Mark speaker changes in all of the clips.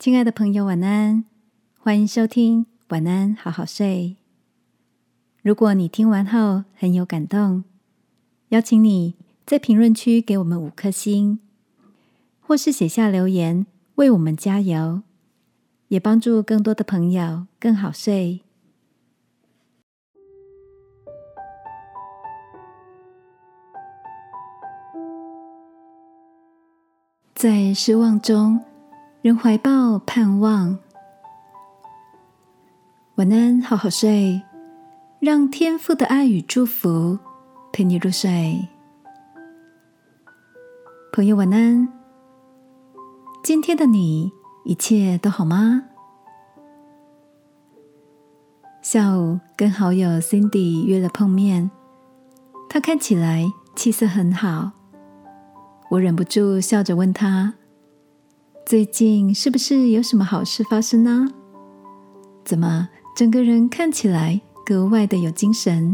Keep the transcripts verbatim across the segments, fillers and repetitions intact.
Speaker 1: 亲爱的朋友，晚安，欢迎收听晚安好好睡。如果你听完后很有感动，邀请你在评论区给我们五颗星，或是写下留言为我们加油，也帮助更多的朋友更好睡。在失望中仍怀抱盼望。晚安好好睡，让天父的爱与祝福陪你入睡。朋友晚安，今天的你一切都好吗？下午跟好友 Cindy 约了碰面，她看起来气色很好，我忍不住笑着问她，最近是不是有什么好事发生呢？怎么整个人看起来格外的有精神？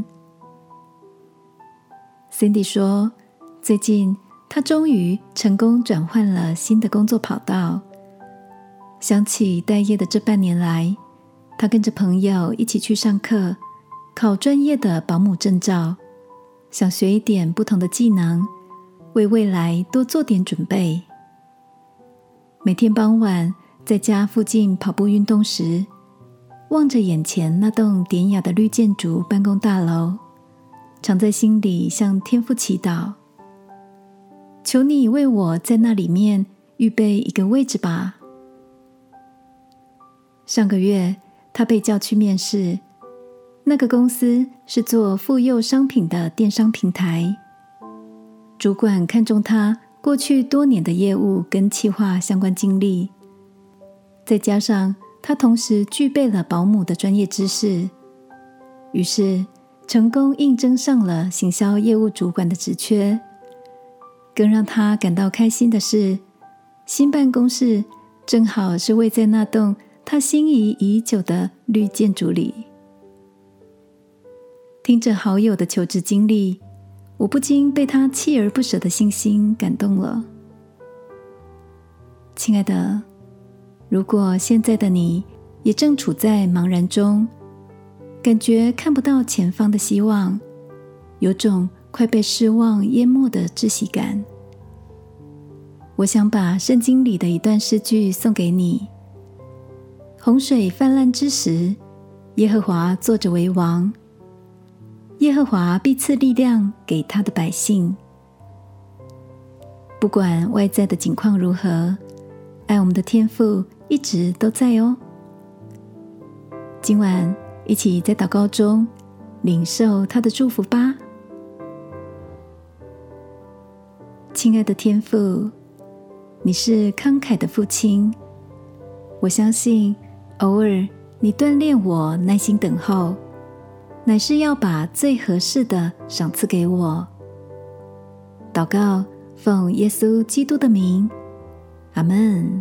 Speaker 1: Cindy 说，最近她终于成功转换了新的工作跑道。想起待业的这半年来，她跟着朋友一起去上课，考专业的保姆证照，想学一点不同的技能，为未来多做点准备。每天傍晚在家附近跑步运动时，望着眼前那栋典雅的绿建筑办公大楼，常在心里向天父祈祷，求你为我在那里面预备一个位置吧。上个月他被叫去面试，那个公司是做妇幼商品的电商平台，主管看中他过去多年的业务跟企划相关经历，再加上他同时具备了保姆的专业知识，于是成功应征上了行销业务主管的职缺。更让他感到开心的是，新办公室正好是位在那栋他心仪已久的绿建筑里。听着好友的求职经历，我不禁被他锲而不舍的信心感动了。亲爱的，如果现在的你也正处在茫然中，感觉看不到前方的希望，有种快被失望淹没的窒息感，我想把圣经里的一段诗句送给你。洪水泛滥之时，耶和华坐着为王，耶和华必赐力量给他的百姓。不管外在的境况如何，爱我们的天父一直都在哦。今晚一起在祷告中领受他的祝福吧。亲爱的天父，你是慷慨的父亲，我相信偶尔你锻炼我耐心等候，乃是要把最合适的赏赐给我。祷告奉耶稣基督的名，阿们。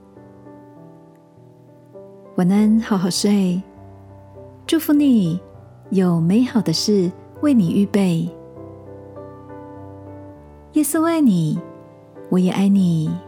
Speaker 1: 晚安好好睡，祝福你有美好的事为你预备。耶稣爱你，我也爱你。